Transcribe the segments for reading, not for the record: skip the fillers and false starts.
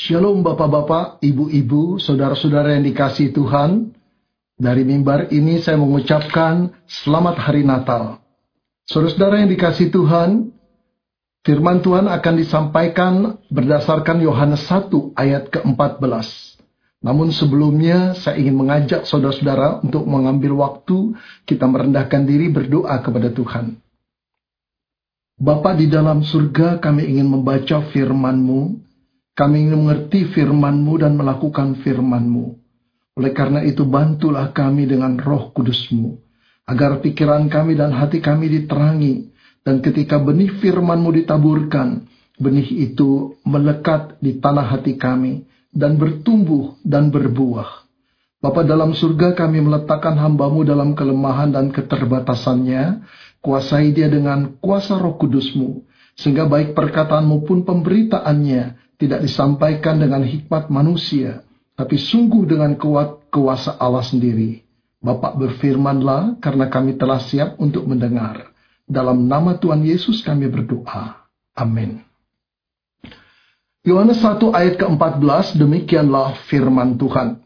Shalom bapak-bapak, ibu-ibu, saudara-saudara yang dikasihi Tuhan. Dari mimbar ini saya mengucapkan selamat hari Natal. Saudara-saudara yang dikasihi Tuhan, firman Tuhan akan disampaikan berdasarkan Yohanes 1 ayat ke-14. Namun sebelumnya saya ingin mengajak saudara-saudara untuk mengambil waktu kita merendahkan diri berdoa kepada Tuhan. Bapa di dalam surga, kami ingin membaca firman-Mu. Kami ingin mengerti firman-Mu dan melakukan firman-Mu. Oleh karena itu, bantulah kami dengan Roh Kudus-Mu, agar pikiran kami dan hati kami diterangi. Dan ketika benih firman-Mu ditaburkan, benih itu melekat di tanah hati kami, dan bertumbuh dan berbuah. Bapa dalam surga, kami meletakkan hamba-Mu dalam kelemahan dan keterbatasannya. Kuasai dia dengan kuasa Roh Kudus-Mu, sehingga baik perkataan maupun pemberitaannya tidak disampaikan dengan hikmat manusia, tapi sungguh dengan kuasa Allah sendiri. Bapak berfirmanlah, karena kami telah siap untuk mendengar. Dalam nama Tuhan Yesus kami berdoa. Amin. Yohanes 1 ayat ke-14, demikianlah firman Tuhan.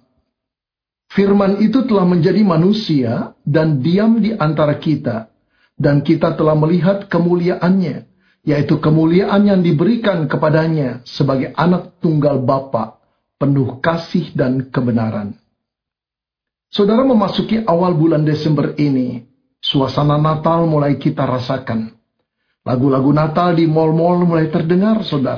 Firman itu telah menjadi manusia dan diam di antara kita. Dan kita telah melihat kemuliaannya, yaitu kemuliaan yang diberikan kepadanya sebagai anak tunggal Bapa, penuh kasih dan kebenaran. Saudara, memasuki awal bulan Desember ini, suasana Natal mulai kita rasakan. Lagu-lagu Natal di mal-mal mulai terdengar, saudara.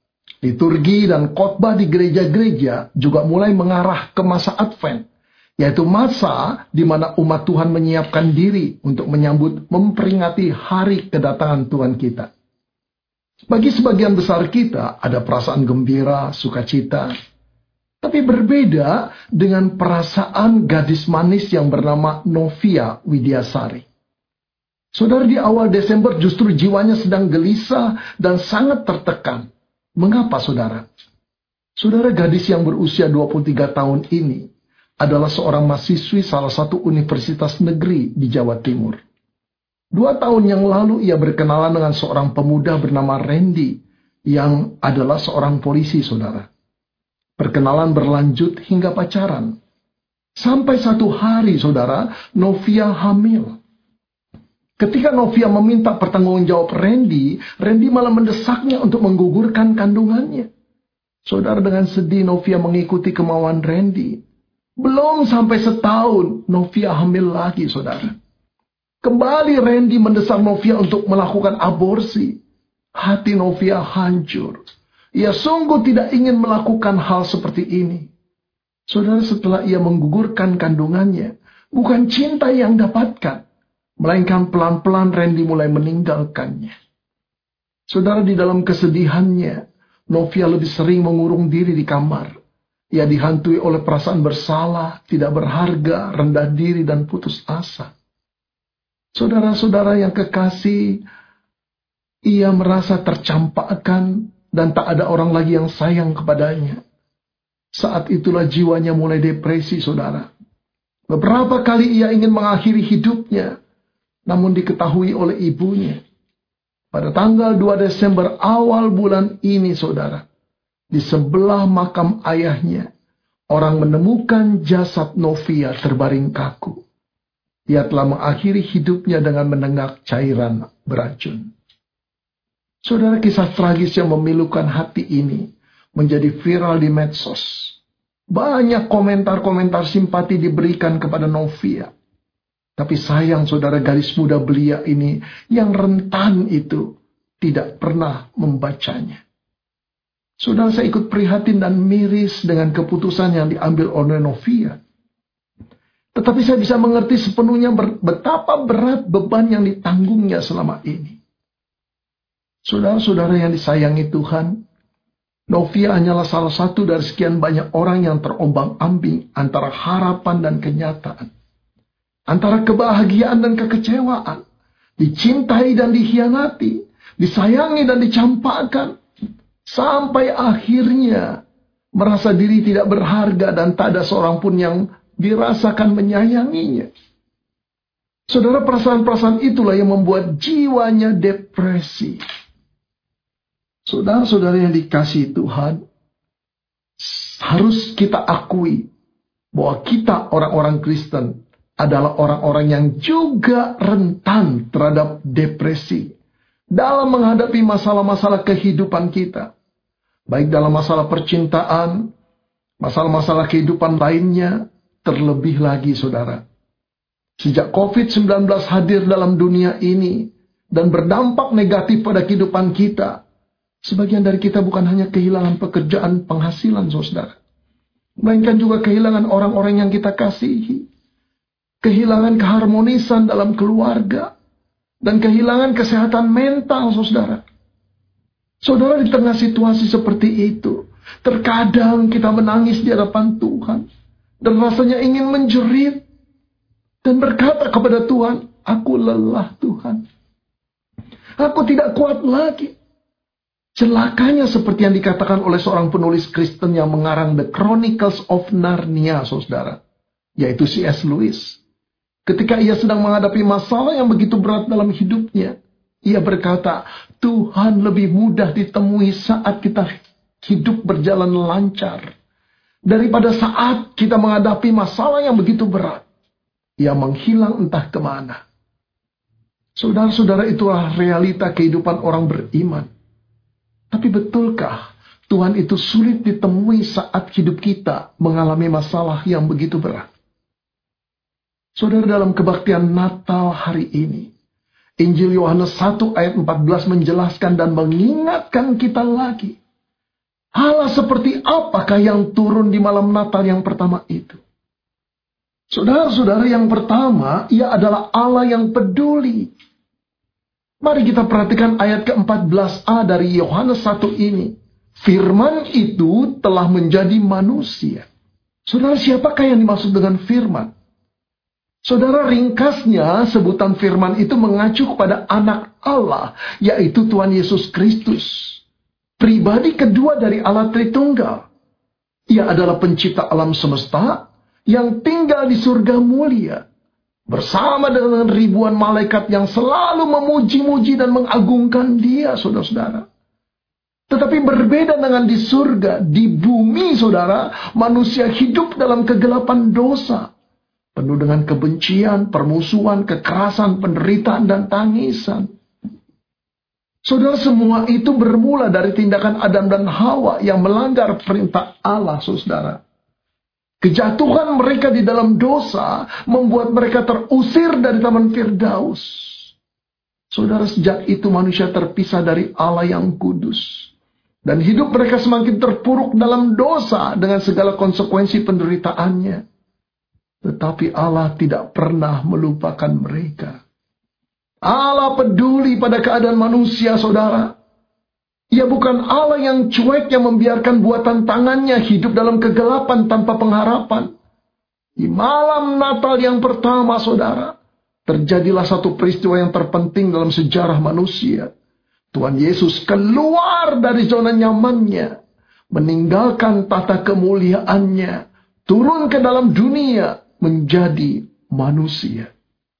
Liturgi dan khotbah di gereja-gereja juga mulai mengarah ke masa Advent, yaitu masa di mana umat Tuhan menyiapkan diri untuk memperingati hari kedatangan Tuhan kita. Bagi sebagian besar kita ada perasaan gembira, sukacita. Tapi berbeda dengan perasaan gadis manis yang bernama Novia Widiasari. Saudara, di awal Desember justru jiwanya sedang gelisah dan sangat tertekan. Mengapa, saudara? Saudara, gadis yang berusia 23 tahun ini adalah seorang mahasiswi salah satu universitas negeri di Jawa Timur. 2 tahun yang lalu ia berkenalan dengan seorang pemuda bernama Randy yang adalah seorang polisi, saudara. Perkenalan berlanjut hingga pacaran. Sampai satu hari, saudara, Novia hamil. Ketika Novia meminta pertanggungjawab Randy malah mendesaknya untuk menggugurkan kandungannya. Saudara, dengan sedih Novia mengikuti kemauan Randy. Belum sampai setahun, Novia hamil lagi, saudara. Kembali Randy mendesak Novia untuk melakukan aborsi. Hati Novia hancur. Ia sungguh tidak ingin melakukan hal seperti ini. Saudara, setelah ia menggugurkan kandungannya, bukan cinta yang dapatkan, melainkan pelan-pelan Randy mulai meninggalkannya. Saudara, di dalam kesedihannya, Novia lebih sering mengurung diri di kamar. Ia dihantui oleh perasaan bersalah, tidak berharga, rendah diri, dan putus asa. Saudara-saudara yang kekasih, ia merasa tercampakkan dan tak ada orang lagi yang sayang kepadanya. Saat itulah jiwanya mulai depresi, saudara. Beberapa kali ia ingin mengakhiri hidupnya, namun diketahui oleh ibunya. Pada tanggal 2 Desember awal bulan ini, saudara, di sebelah makam ayahnya, orang menemukan jasad Novia terbaring kaku. Ia telah mengakhiri hidupnya dengan menenggak cairan beracun. Saudara, kisah tragis yang memilukan hati ini menjadi viral di medsos. Banyak komentar-komentar simpati diberikan kepada Novia. Tapi sayang, saudara, gadis muda belia ini yang rentan itu tidak pernah membacanya. Saudara, saya ikut prihatin dan miris dengan keputusan yang diambil oleh Novia. Tetapi saya bisa mengerti sepenuhnya betapa berat beban yang ditanggungnya selama ini. Saudara-saudara yang disayangi Tuhan, Novia hanyalah salah satu dari sekian banyak orang yang terombang-ambing antara harapan dan kenyataan. Antara kebahagiaan dan kekecewaan. Dicintai dan dikhianati. Disayangi dan dicampakkan. Sampai akhirnya merasa diri tidak berharga dan tak ada seorang pun yang dirasakan menyayanginya. Saudara, perasaan-perasaan itulah yang membuat jiwanya depresi. Saudara-saudara yang dikasihi Tuhan, harus kita akui bahwa kita orang-orang Kristen adalah orang-orang yang juga rentan terhadap depresi dalam menghadapi masalah-masalah kehidupan kita. Baik dalam masalah percintaan, masalah-masalah kehidupan lainnya, terlebih lagi saudara. Sejak COVID-19 hadir dalam dunia ini dan berdampak negatif pada kehidupan kita, sebagian dari kita bukan hanya kehilangan pekerjaan penghasilan saudara, melainkan juga kehilangan orang-orang yang kita kasihi, kehilangan keharmonisan dalam keluarga, dan kehilangan kesehatan mental saudara. Saudara, di tengah situasi seperti itu, terkadang kita menangis di hadapan Tuhan dan rasanya ingin menjerit dan berkata kepada Tuhan, aku lelah Tuhan, aku tidak kuat lagi. Celakanya seperti yang dikatakan oleh seorang penulis Kristen yang mengarang The Chronicles of Narnia saudara, yaitu C.S. Lewis. Ketika ia sedang menghadapi masalah yang begitu berat dalam hidupnya, ia berkata, Tuhan lebih mudah ditemui saat kita hidup berjalan lancar daripada saat kita menghadapi masalah yang begitu berat. Ia menghilang entah kemana. Saudara-saudara, itulah realita kehidupan orang beriman. Tapi betulkah Tuhan itu sulit ditemui saat hidup kita mengalami masalah yang begitu berat? Saudara, dalam kebaktian Natal hari ini, Injil Yohanes 1 ayat 14 menjelaskan dan mengingatkan kita lagi. Allah seperti apakah yang turun di malam Natal yang pertama itu? Saudara-saudara, yang pertama, ia adalah Allah yang peduli. Mari kita perhatikan ayat ke-14a dari Yohanes 1 ini. Firman itu telah menjadi manusia. Saudara, siapakah yang dimaksud dengan firman? Saudara, ringkasnya sebutan firman itu mengacu kepada anak Allah, yaitu Tuhan Yesus Kristus. Pribadi kedua dari Allah Tritunggal. Ia adalah pencipta alam semesta yang tinggal di surga mulia, bersama dengan ribuan malaikat yang selalu memuji-muji dan mengagungkan Dia, saudara-saudara. Tetapi berbeda dengan di surga, di bumi, saudara, manusia hidup dalam kegelapan dosa, penuh dengan kebencian, permusuhan, kekerasan, penderitaan, dan tangisan. Saudara, semua itu bermula dari tindakan Adam dan Hawa yang melanggar perintah Allah, saudara. Kejatuhan mereka di dalam dosa membuat mereka terusir dari Taman Firdaus. Saudara, sejak itu manusia terpisah dari Allah yang kudus. Dan hidup mereka semakin terpuruk dalam dosa dengan segala konsekuensi penderitaannya. Tetapi Allah tidak pernah melupakan mereka. Allah peduli pada keadaan manusia, saudara. Ia bukan Allah yang cuek yang membiarkan buatan tangannya hidup dalam kegelapan tanpa pengharapan. Di malam Natal yang pertama, saudara, terjadilah satu peristiwa yang terpenting dalam sejarah manusia. Tuhan Yesus keluar dari zona nyamannya, meninggalkan tata kemuliaannya, turun ke dalam dunia menjadi manusia.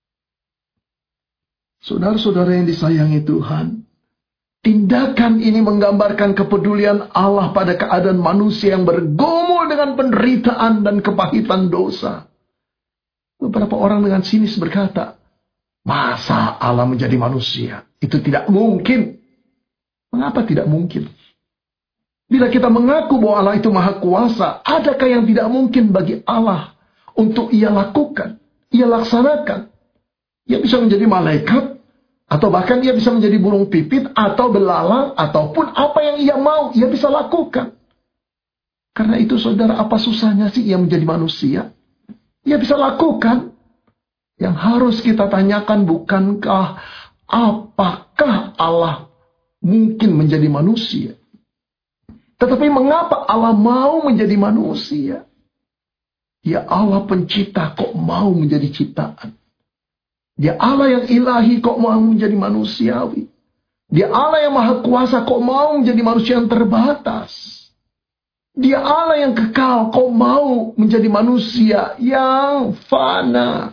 Saudara-saudara yang disayangi Tuhan, tindakan ini menggambarkan kepedulian Allah pada keadaan manusia yang bergumul dengan penderitaan dan kepahitan dosa. Beberapa orang dengan sinis berkata, masa Allah menjadi manusia? Itu tidak mungkin. Mengapa tidak mungkin? Bila kita mengaku bahwa Allah itu maha kuasa, adakah yang tidak mungkin bagi Allah untuk Ia lakukan, Ia laksanakan? Ia bisa menjadi malaikat, atau bahkan Ia bisa menjadi burung pipit, atau belalang, ataupun apa yang Ia mau, Ia bisa lakukan. Karena itu saudara, apa susahnya sih Ia menjadi manusia? Ia bisa lakukan. Yang harus kita tanyakan bukankah apakah Allah mungkin menjadi manusia? Tetapi mengapa Allah mau menjadi manusia? Ya Allah pencipta kok mau menjadi ciptaan? Dia Allah yang ilahi kok mau menjadi manusiawi? Dia Allah yang maha kuasa kok mau menjadi manusia yang terbatas? Dia Allah yang kekal kok mau menjadi manusia yang fana?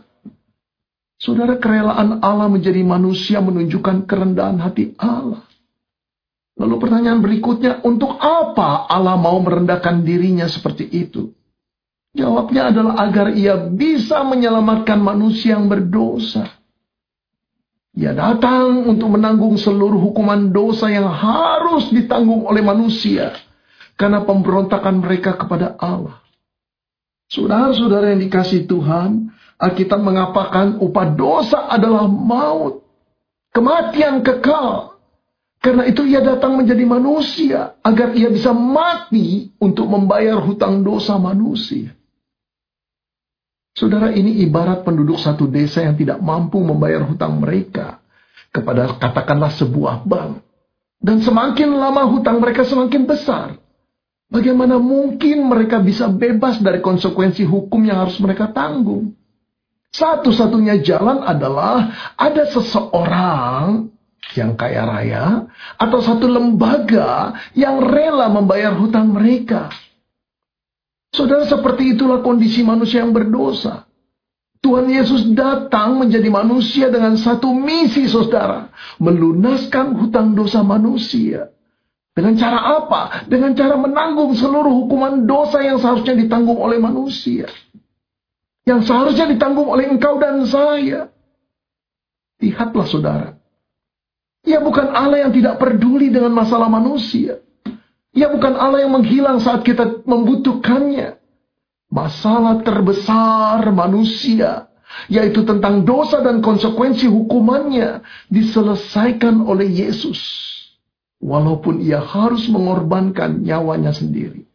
Saudara, kerelaan Allah menjadi manusia menunjukkan kerendahan hati Allah. Lalu pertanyaan berikutnya, untuk apa Allah mau merendahkan dirinya seperti itu? Jawabnya adalah agar ia bisa menyelamatkan manusia yang berdosa. Ia datang untuk menanggung seluruh hukuman dosa yang harus ditanggung oleh manusia karena pemberontakan mereka kepada Allah. Saudara-saudara yang dikasihi Tuhan, Alkitab mengatakan upah dosa adalah maut, kematian kekal. Karena itu ia datang menjadi manusia agar ia bisa mati untuk membayar hutang dosa manusia. Saudara, ini ibarat penduduk satu desa yang tidak mampu membayar hutang mereka kepada katakanlah sebuah bank. Dan semakin lama hutang mereka semakin besar. Bagaimana mungkin mereka bisa bebas dari konsekuensi hukum yang harus mereka tanggung? Satu-satunya jalan adalah ada seseorang yang kaya raya atau satu lembaga yang rela membayar hutang mereka. Saudara, seperti itulah kondisi manusia yang berdosa. Tuhan Yesus datang menjadi manusia dengan satu misi, saudara. Melunaskan hutang dosa manusia. Dengan cara apa? Dengan cara menanggung seluruh hukuman dosa yang seharusnya ditanggung oleh manusia. Yang seharusnya ditanggung oleh engkau dan saya. Lihatlah, saudara. Ia bukan Allah yang tidak peduli dengan masalah manusia. Ia bukan Allah yang menghilang saat kita membutuhkannya. Masalah terbesar manusia, yaitu tentang dosa dan konsekuensi hukumannya, diselesaikan oleh Yesus. Walaupun ia harus mengorbankan nyawanya sendiri.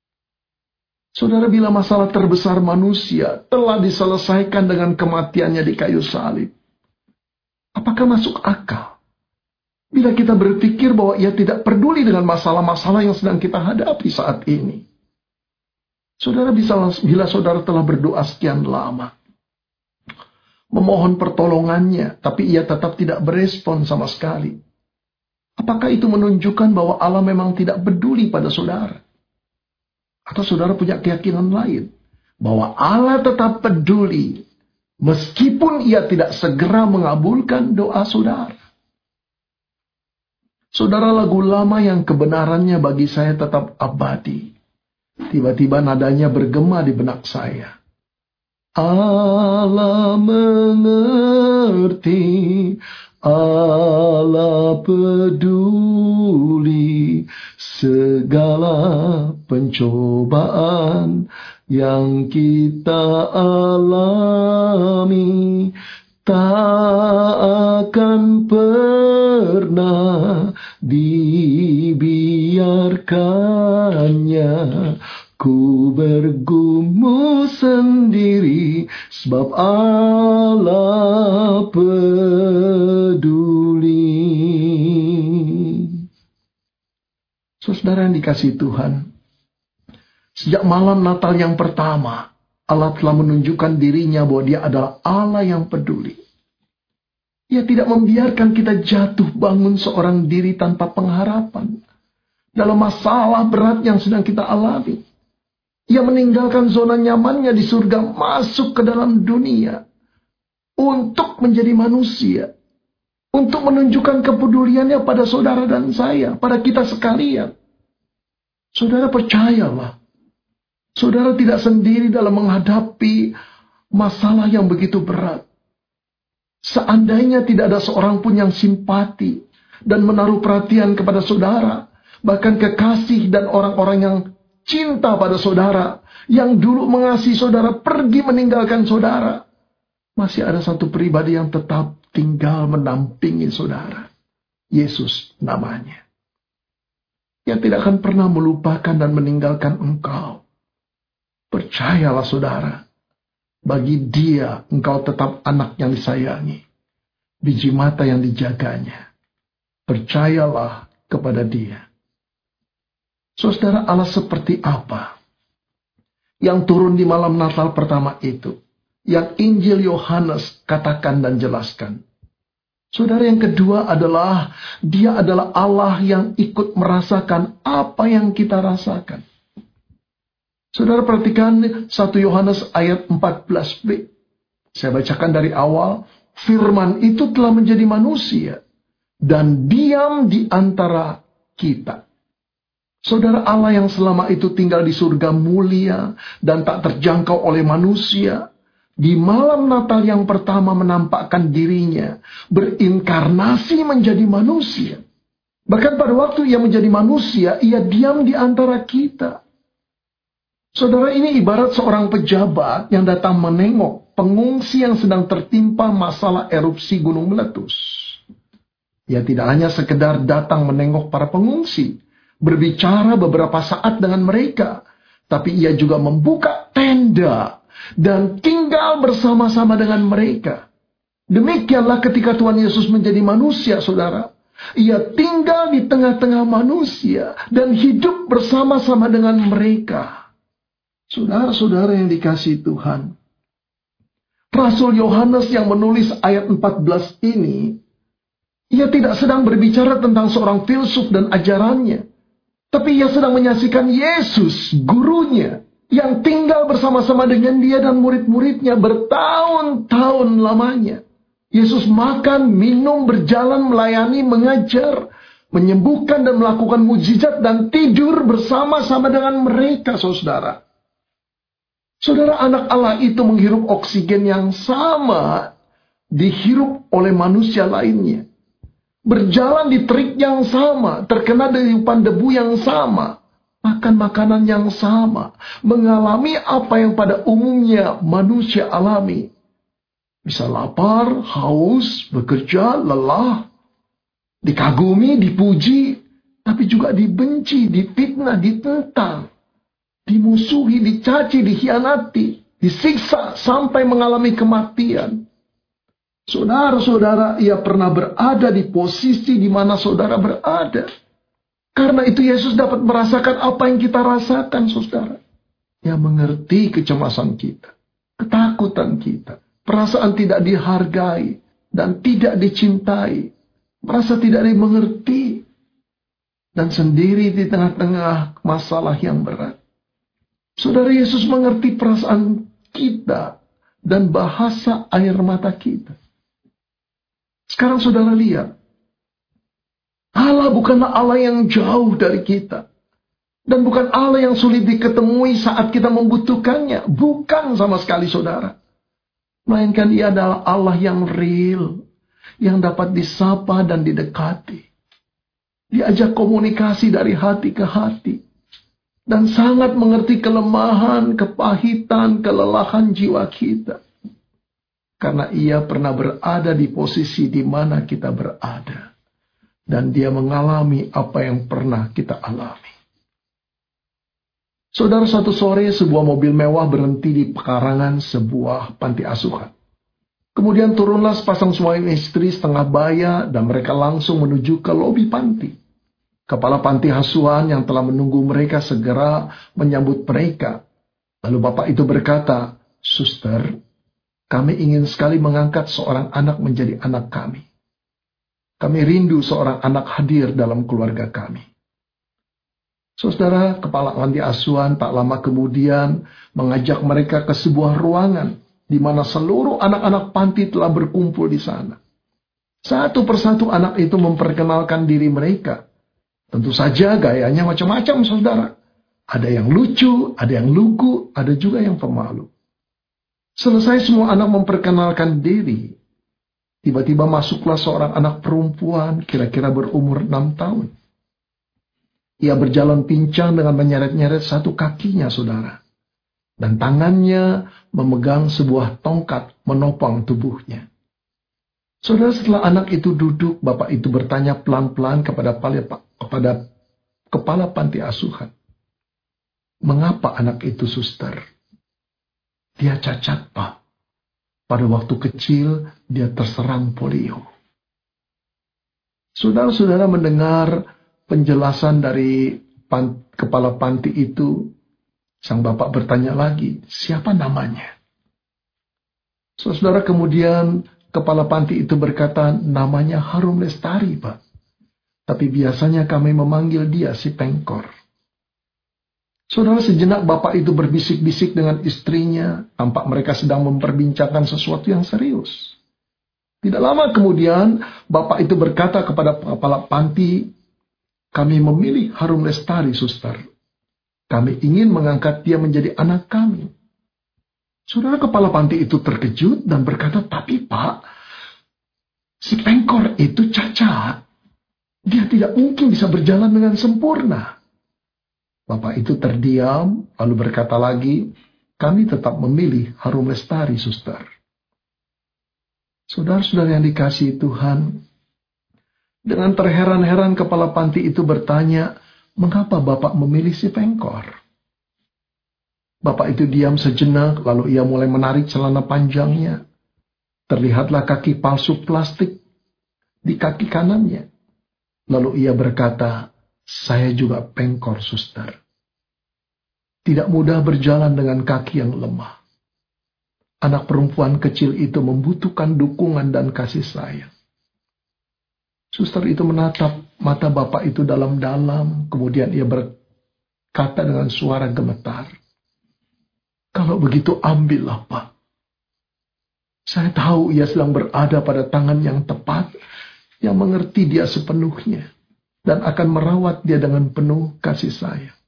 Saudara, bila masalah terbesar manusia telah diselesaikan dengan kematiannya di kayu salib, apakah masuk akal? Bila kita berpikir bahwa ia tidak peduli dengan masalah-masalah yang sedang kita hadapi saat ini. Saudara, bila saudara telah berdoa sekian lama, memohon pertolongannya, tapi ia tetap tidak berespon sama sekali. Apakah itu menunjukkan bahwa Allah memang tidak peduli pada saudara? Atau saudara punya keyakinan lain? Bahwa Allah tetap peduli, meskipun ia tidak segera mengabulkan doa saudara. Saudara, lagu lama yang kebenarannya bagi saya tetap abadi. Tiba-tiba nadanya bergema di benak saya. Allah mengerti, Allah peduli segala pencobaan yang kita alami. Tak akan pernah dibiarkannya ku bergumul sendiri, sebab Allah peduli. Saudara yang dikasihi Tuhan, sejak malam Natal yang pertama, Allah telah menunjukkan dirinya bahwa dia adalah Allah yang peduli. Ia tidak membiarkan kita jatuh bangun seorang diri tanpa pengharapan dalam masalah berat yang sedang kita alami. Ia meninggalkan zona nyamannya di surga, masuk ke dalam dunia untuk menjadi manusia, untuk menunjukkan kepeduliannya pada saudara dan saya, pada kita sekalian. Saudara, percayalah, saudara tidak sendiri dalam menghadapi masalah yang begitu berat. Seandainya tidak ada seorang pun yang simpati dan menaruh perhatian kepada saudara, bahkan kekasih dan orang-orang yang cinta pada saudara, yang dulu mengasihi saudara pergi meninggalkan saudara, masih ada satu pribadi yang tetap tinggal mendampingi saudara. Yesus namanya. Yang tidak akan pernah melupakan dan meninggalkan engkau. Percayalah saudara, bagi dia engkau tetap anak yang disayangi, biji mata yang dijaganya. Percayalah kepada dia. Saudara, Allah seperti apa yang turun di malam Natal pertama itu, yang Injil Yohanes katakan dan jelaskan? Saudara, yang kedua adalah dia adalah Allah yang ikut merasakan apa yang kita rasakan. Saudara, perhatikan 1 Yohanes ayat 14b. Saya bacakan dari awal. Firman itu telah menjadi manusia dan diam di antara kita. Saudara, Allah yang selama itu tinggal di surga mulia dan tak terjangkau oleh manusia, di malam Natal yang pertama menampakkan dirinya, berinkarnasi menjadi manusia. Bahkan pada waktu ia menjadi manusia, ia diam di antara kita. Saudara, ini ibarat seorang pejabat yang datang menengok pengungsi yang sedang tertimpa masalah erupsi gunung meletus. Ia tidak hanya sekedar datang menengok para pengungsi, berbicara beberapa saat dengan mereka, tapi ia juga membuka tenda dan tinggal bersama-sama dengan mereka. Demikianlah ketika Tuhan Yesus menjadi manusia, saudara. Ia tinggal di tengah-tengah manusia dan hidup bersama-sama dengan mereka. Saudara-saudara yang dikasihi Tuhan, Rasul Yohanes yang menulis ayat 14 ini, ia tidak sedang berbicara tentang seorang filsuf dan ajarannya, tapi ia sedang menyaksikan Yesus, gurunya, yang tinggal bersama-sama dengan dia dan murid-muridnya bertahun-tahun lamanya. Yesus makan, minum, berjalan, melayani, mengajar, menyembuhkan dan melakukan mukjizat dan tidur bersama-sama dengan mereka, saudara. Saudara, anak Allah itu menghirup oksigen yang sama dihirup oleh manusia lainnya. Berjalan di terik yang sama, terkena deriupan debu yang sama, makan makanan yang sama, mengalami apa yang pada umumnya manusia alami. Bisa lapar, haus, bekerja, lelah, dikagumi, dipuji, tapi juga dibenci, difitnah, ditentang, dimusuhi, dicaci, dikhianati, disiksa sampai mengalami kematian. Saudara-saudara, ia pernah berada di posisi di mana saudara berada. Karena itu Yesus dapat merasakan apa yang kita rasakan, saudara. Ia mengerti kecemasan kita, ketakutan kita, perasaan tidak dihargai dan tidak dicintai, merasa tidak dimengerti, dan sendiri di tengah-tengah masalah yang berat. Saudara, Yesus mengerti perasaan kita dan bahasa air mata kita. Sekarang saudara lihat, Allah bukanlah Allah yang jauh dari kita. Dan bukan Allah yang sulit diketemui saat kita membutuhkannya. Bukan sama sekali, saudara. Melainkan Ia adalah Allah yang real, yang dapat disapa dan didekati. Diajak komunikasi dari hati ke hati. Dan sangat mengerti kelemahan, kepahitan, kelelahan jiwa kita. Karena Ia pernah berada di posisi di mana kita berada. Dan Dia mengalami apa yang pernah kita alami. Saudara, suatu sore sebuah mobil mewah berhenti di pekarangan sebuah panti asuhan. Kemudian turunlah sepasang suami istri setengah baya dan mereka langsung menuju ke lobi panti. Kepala panti asuhan yang telah menunggu mereka segera menyambut mereka. Lalu bapak itu berkata, "Suster, kami ingin sekali mengangkat seorang anak menjadi anak kami. Kami rindu seorang anak hadir dalam keluarga kami." Saudara, kepala panti asuhan tak lama kemudian mengajak mereka ke sebuah ruangan di mana seluruh anak-anak panti telah berkumpul di sana. Satu persatu anak itu memperkenalkan diri mereka. Tentu saja gayanya macam-macam, saudara. Ada yang lucu, ada yang lugu, ada juga yang pemalu. Selesai semua anak memperkenalkan diri, tiba-tiba masuklah seorang anak perempuan kira-kira berumur 6 tahun. Ia berjalan pincang dengan menyeret-nyeret satu kakinya, saudara. Dan tangannya memegang sebuah tongkat menopang tubuhnya. Saudara, setelah anak itu duduk, bapak itu bertanya pelan-pelan kepada kepala panti asuhan. "Mengapa anak itu, suster?" "Dia cacat, Pak. Pada waktu kecil, dia terserang polio." Saudara-saudara mendengar penjelasan dari kepala panti itu, sang bapak bertanya lagi, "Siapa namanya?" Saudara, kemudian kepala panti itu berkata, "Namanya Harum Lestari, Pak. Tapi biasanya kami memanggil dia si Pengkor." Saudara, sejenak bapak itu berbisik-bisik dengan istrinya. Tampak mereka sedang memperbincangkan sesuatu yang serius. Tidak lama kemudian, bapak itu berkata kepada kepala panti, Kami memilih Harum Lestari, suster. Kami ingin mengangkat dia menjadi anak kami. Saudara, kepala panti itu terkejut dan berkata, tapi Pak, si Pengkor itu cacat. Dia tidak mungkin bisa berjalan dengan sempurna. Bapak itu terdiam, lalu berkata lagi, kami tetap memilih Harum Lestari, suster. Saudara-saudara yang dikasihi Tuhan, dengan terheran-heran kepala panti itu bertanya, mengapa Bapak memilih si Pengkor? Bapak itu diam sejenak, lalu ia mulai menarik celana panjangnya. Terlihatlah kaki palsu plastik di kaki kanannya. Lalu ia berkata, saya juga Pengkor, suster. Tidak mudah berjalan dengan kaki yang lemah. Anak perempuan kecil itu membutuhkan dukungan dan kasih sayang. Suster itu menatap mata bapak itu dalam-dalam, kemudian ia berkata dengan suara gemetar, kalau begitu ambillah, Pak. Saya tahu ia sedang berada pada tangan yang tepat, yang mengerti dia sepenuhnya, dan akan merawat dia dengan penuh kasih sayang.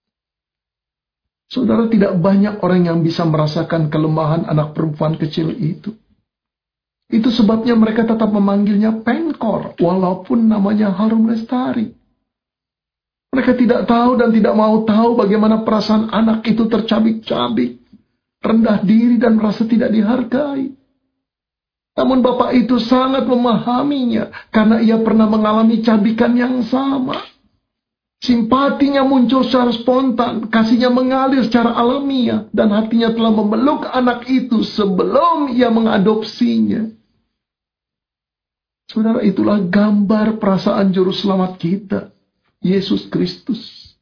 Saudara, tidak banyak orang yang bisa merasakan kelemahan anak perempuan kecil itu. Itu sebabnya mereka tetap memanggilnya Pengkor, walaupun namanya Harum Lestari. Mereka tidak tahu dan tidak mau tahu bagaimana perasaan anak itu tercabik-cabik, rendah diri dan merasa tidak dihargai. Namun bapak itu sangat memahaminya, karena ia pernah mengalami cabikan yang sama. Simpatinya muncul secara spontan, kasihnya mengalir secara alamiah, dan hatinya telah memeluk anak itu sebelum ia mengadopsinya. Saudara, itulah gambar perasaan juru selamat kita, Yesus Kristus.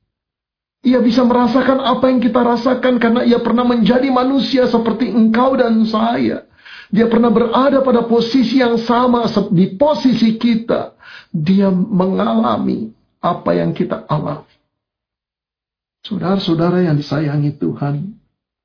Ia bisa merasakan apa yang kita rasakan karena ia pernah menjadi manusia seperti engkau dan saya. Dia pernah berada pada posisi yang sama di posisi kita. Dia mengalami apa yang kita alami. Saudara-saudara yang disayangi Tuhan,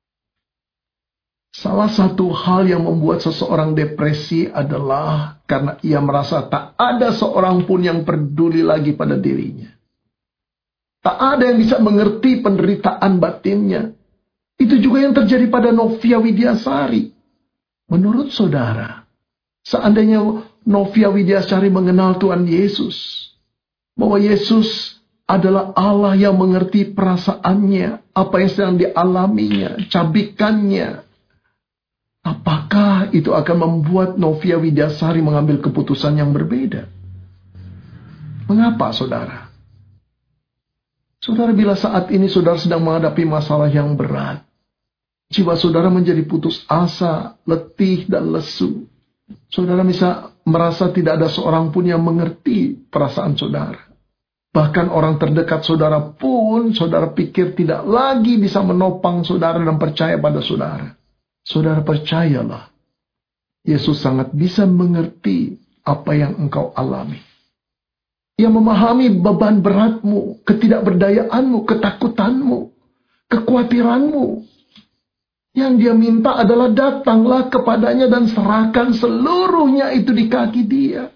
salah satu hal yang membuat seseorang depresi adalah karena ia merasa tak ada seorang pun yang peduli lagi pada dirinya. Tak ada yang bisa mengerti penderitaan batinnya. Itu juga yang terjadi pada Novia Widyasari. Menurut saudara, seandainya Novia Widyasari mengenal Tuhan Yesus, bahwa Yesus adalah Allah yang mengerti perasaannya, apa yang sedang dialaminya, cabikannya, apakah itu akan membuat Novia Widyasari mengambil keputusan yang berbeda? Mengapa, saudara? Saudara, bila saat ini saudara sedang menghadapi masalah yang berat, jiwa saudara menjadi putus asa, letih, dan lesu. Saudara bisa merasa tidak ada seorang pun yang mengerti perasaan saudara. Bahkan orang terdekat saudara pun, saudara pikir tidak lagi bisa menopang saudara dan percaya pada saudara. Saudara, percayalah, Yesus sangat bisa mengerti apa yang engkau alami. Ia memahami beban beratmu, ketidakberdayaanmu, ketakutanmu, kekhawatiranmu. Yang dia minta adalah datanglah kepadanya dan serahkan seluruhnya itu di kaki dia.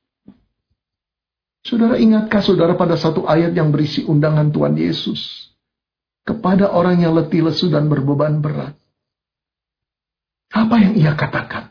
Saudara, ingatkah saudara pada satu ayat yang berisi undangan Tuhan Yesus kepada orang yang letih lesu dan berbeban berat? Apa yang ia katakan?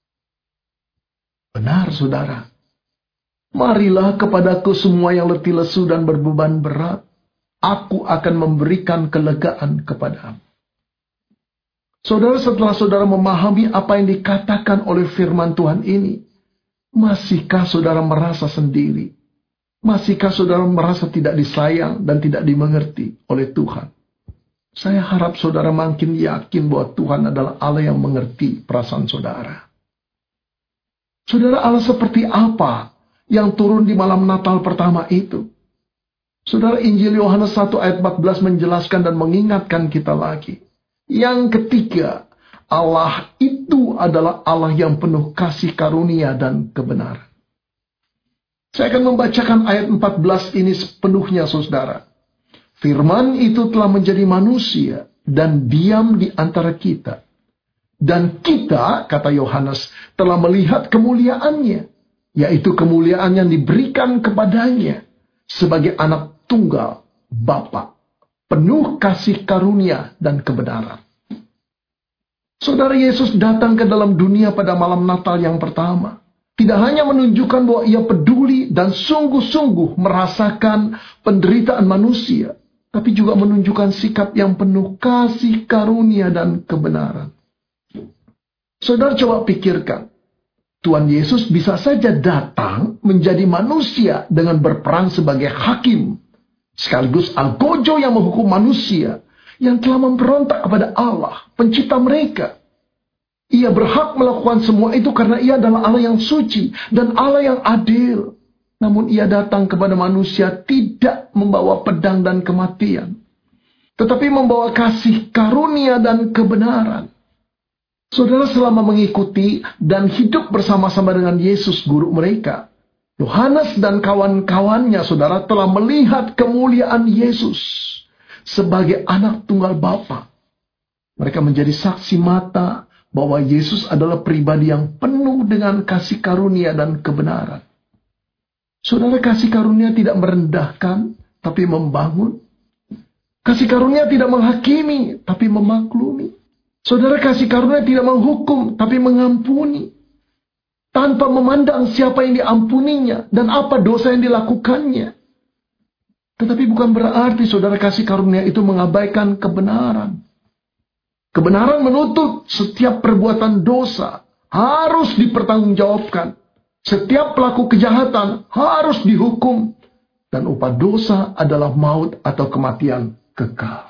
Benar, saudara. Marilah kepadaku semua yang letih lesu dan berbeban berat. Aku akan memberikan kelegaan kepadamu. Saudara, setelah saudara memahami apa yang dikatakan oleh firman Tuhan ini, masihkah saudara merasa sendiri? Masihkah saudara merasa tidak disayang dan tidak dimengerti oleh Tuhan? Saya harap saudara makin yakin bahwa Tuhan adalah Allah yang mengerti perasaan saudara. Saudara, Allah seperti apa yang turun di malam Natal pertama itu? Saudara, Injil Yohanes 1 ayat 14 menjelaskan dan mengingatkan kita lagi. Yang ketiga, Allah itu adalah Allah yang penuh kasih karunia dan kebenaran. Saya akan membacakan ayat 14 ini sepenuhnya, saudara. Firman itu telah menjadi manusia dan diam di antara kita. Dan kita, kata Yohanes, telah melihat kemuliaannya, yaitu kemuliaan yang diberikan kepadanya, sebagai anak tunggal Bapa, penuh kasih karunia dan kebenaran. Saudara, Yesus datang ke dalam dunia pada malam Natal yang pertama. Tidak hanya menunjukkan bahwa ia peduli dan sungguh-sungguh merasakan penderitaan manusia, tapi juga menunjukkan sikap yang penuh kasih karunia dan kebenaran. Saudara, coba pikirkan. Tuhan Yesus bisa saja datang menjadi manusia dengan berperan sebagai hakim, sekaligus algojo yang menghukum manusia yang telah memberontak kepada Allah, pencipta mereka. Ia berhak melakukan semua itu karena ia adalah Allah yang suci dan Allah yang adil. Namun ia datang kepada manusia tidak membawa pedang dan kematian, tetapi membawa kasih karunia dan kebenaran. Saudara, selama mengikuti dan hidup bersama-sama dengan Yesus guru mereka, Yohanes dan kawan-kawannya, saudara, telah melihat kemuliaan Yesus sebagai anak tunggal Bapa. Mereka menjadi saksi mata bahwa Yesus adalah pribadi yang penuh dengan kasih karunia dan kebenaran. Saudara, kasih karunia tidak merendahkan, tapi membangun. Kasih karunia tidak menghakimi, tapi memaklumi. Saudara, kasih karunia tidak menghukum, tapi mengampuni. Tanpa memandang siapa yang diampuninya dan apa dosa yang dilakukannya. Tetapi bukan berarti, saudara, kasih karunia itu mengabaikan kebenaran. Kebenaran menuntut setiap perbuatan dosa harus dipertanggungjawabkan. Setiap pelaku kejahatan harus dihukum. Dan upah dosa adalah maut atau kematian kekal.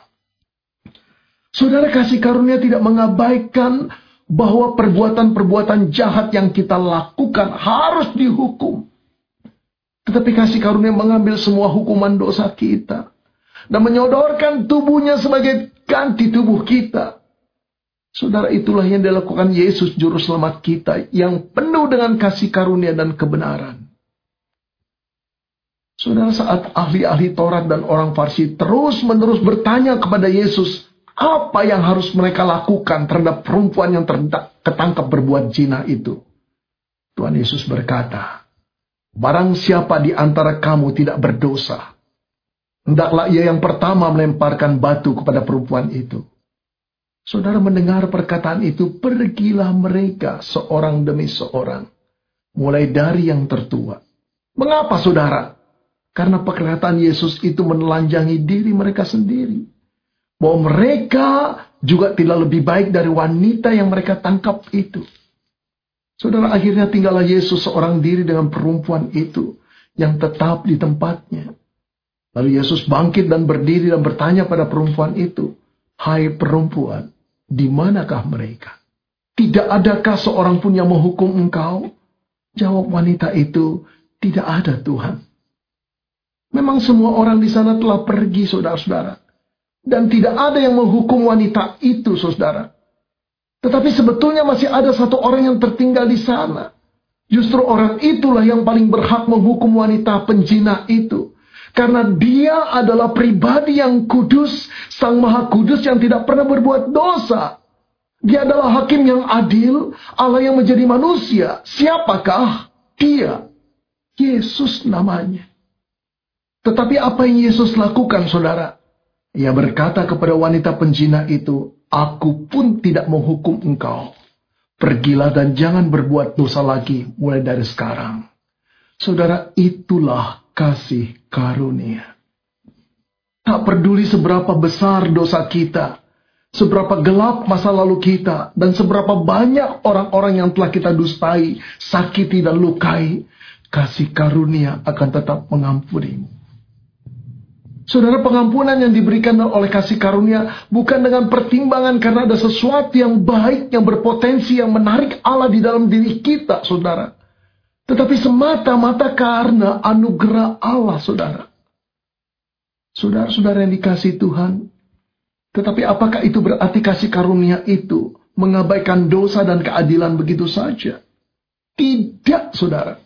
Saudara, kasih karunia tidak mengabaikan bahwa perbuatan-perbuatan jahat yang kita lakukan harus dihukum. Tetapi kasih karunia mengambil semua hukuman dosa kita dan menyodorkan tubuhnya sebagai ganti tubuh kita. Saudara, itulah yang dilakukan Yesus juru selamat kita yang penuh dengan kasih karunia dan kebenaran. Saudara, saat ahli-ahli Taurat dan orang Farisi terus-menerus bertanya kepada Yesus, apa yang harus mereka lakukan terhadap perempuan yang ketangkap berbuat zina itu? Tuhan Yesus berkata, barang siapa di antara kamu tidak berdosa, hendaklah ia yang pertama melemparkan batu kepada perempuan itu. Saudara, mendengar perkataan itu, pergilah mereka seorang demi seorang, mulai dari yang tertua. Mengapa, saudara? Karena perkataan Yesus itu menelanjangi diri mereka sendiri. Bahwa mereka juga tidak lebih baik dari wanita yang mereka tangkap itu. Saudara, akhirnya tinggallah Yesus seorang diri dengan perempuan itu yang tetap di tempatnya. Lalu Yesus bangkit dan berdiri dan bertanya pada perempuan itu, hai perempuan, di manakah mereka? Tidak adakah seorang pun yang menghukum engkau? Jawab wanita itu, tidak ada, Tuhan. Memang semua orang di sana telah pergi, saudara-saudara. Dan tidak ada yang menghukum wanita itu, saudara. Tetapi sebetulnya masih ada satu orang yang tertinggal di sana. Justru orang itulah yang paling berhak menghukum wanita penzina itu. Karena dia adalah pribadi yang kudus, Sang Maha Kudus yang tidak pernah berbuat dosa. Dia adalah hakim yang adil, Allah yang menjadi manusia. Siapakah dia? Yesus namanya. Tetapi apa yang Yesus lakukan, saudara? Ia berkata kepada wanita penzina itu, aku pun tidak menghukum engkau. Pergilah dan jangan berbuat dosa lagi mulai dari sekarang. Saudara, itulah kasih karunia. Tak peduli seberapa besar dosa kita, seberapa gelap masa lalu kita, dan seberapa banyak orang-orang yang telah kita dustai, sakiti dan lukai, kasih karunia akan tetap mengampunimu. Saudara, pengampunan yang diberikan oleh kasih karunia bukan dengan pertimbangan karena ada sesuatu yang baik, yang berpotensi, yang menarik Allah di dalam diri kita, saudara. Tetapi semata-mata karena anugerah Allah, saudara. Saudara-saudara yang dikasihi Tuhan. Tetapi apakah itu berarti kasih karunia itu mengabaikan dosa dan keadilan begitu saja? Tidak, saudara.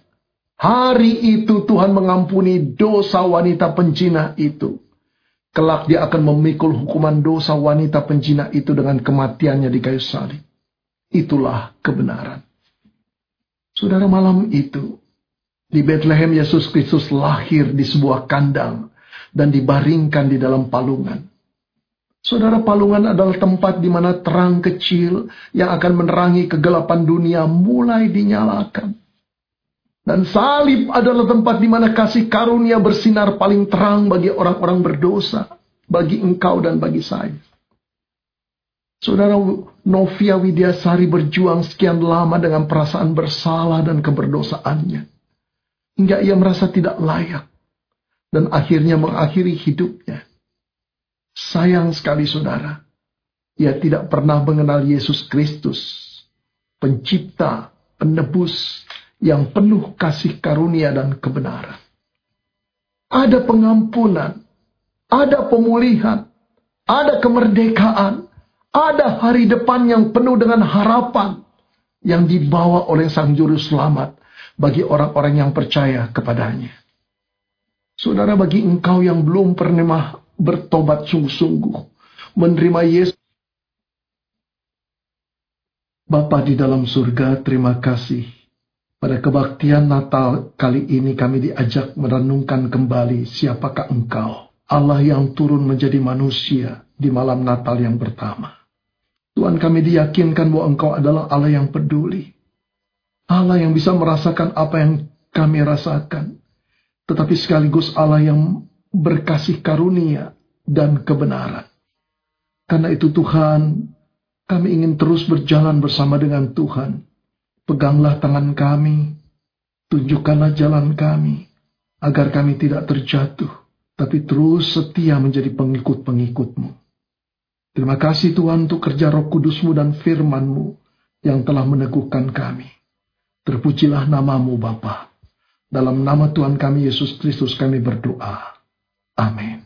Hari itu Tuhan mengampuni dosa wanita penzina itu. Kelak dia akan memikul hukuman dosa wanita penzina itu dengan kematiannya di kayu salib. Itulah kebenaran. Saudara, malam itu Di Bethlehem Yesus Kristus lahir di sebuah kandang dan dibaringkan di dalam palungan. Saudara, palungan adalah tempat di mana terang kecil yang akan menerangi kegelapan dunia mulai dinyalakan. Dan salib adalah tempat di mana kasih karunia bersinar paling terang bagi orang-orang berdosa, bagi engkau dan bagi saya. Saudara, Novia Widyasari berjuang sekian lama dengan perasaan bersalah dan keberdosaannya, hingga ia merasa tidak layak, dan akhirnya mengakhiri hidupnya. Sayang sekali saudara, ia tidak pernah mengenal Yesus Kristus, pencipta, penebus, yang penuh kasih karunia dan kebenaran. Ada pengampunan, ada pemulihan, ada kemerdekaan, ada hari depan yang penuh dengan harapan yang dibawa oleh Sang Juru Selamat bagi orang-orang yang percaya kepadanya. Saudara, bagi engkau yang belum pernah bertobat sungguh-sungguh, menerima Yesus, Bapa di dalam surga, terima kasih. Pada kebaktian Natal kali ini kami diajak merenungkan kembali siapakah Engkau, Allah yang turun menjadi manusia di malam Natal yang pertama. Tuhan, kami diyakinkan bahwa Engkau adalah Allah yang peduli, Allah yang bisa merasakan apa yang kami rasakan, tetapi sekaligus Allah yang berkasih karunia dan kebenaran. Karena itu Tuhan, kami ingin terus berjalan bersama dengan Tuhan. Peganglah tangan kami, tunjukkanlah jalan kami, agar kami tidak terjatuh, tapi terus setia menjadi pengikut-pengikut-Mu. Terima kasih Tuhan untuk kerja Roh Kudus-Mu dan firman-Mu yang telah meneguhkan kami. Terpujilah nama-Mu Bapa. Dalam nama Tuhan kami Yesus Kristus kami berdoa. Amin.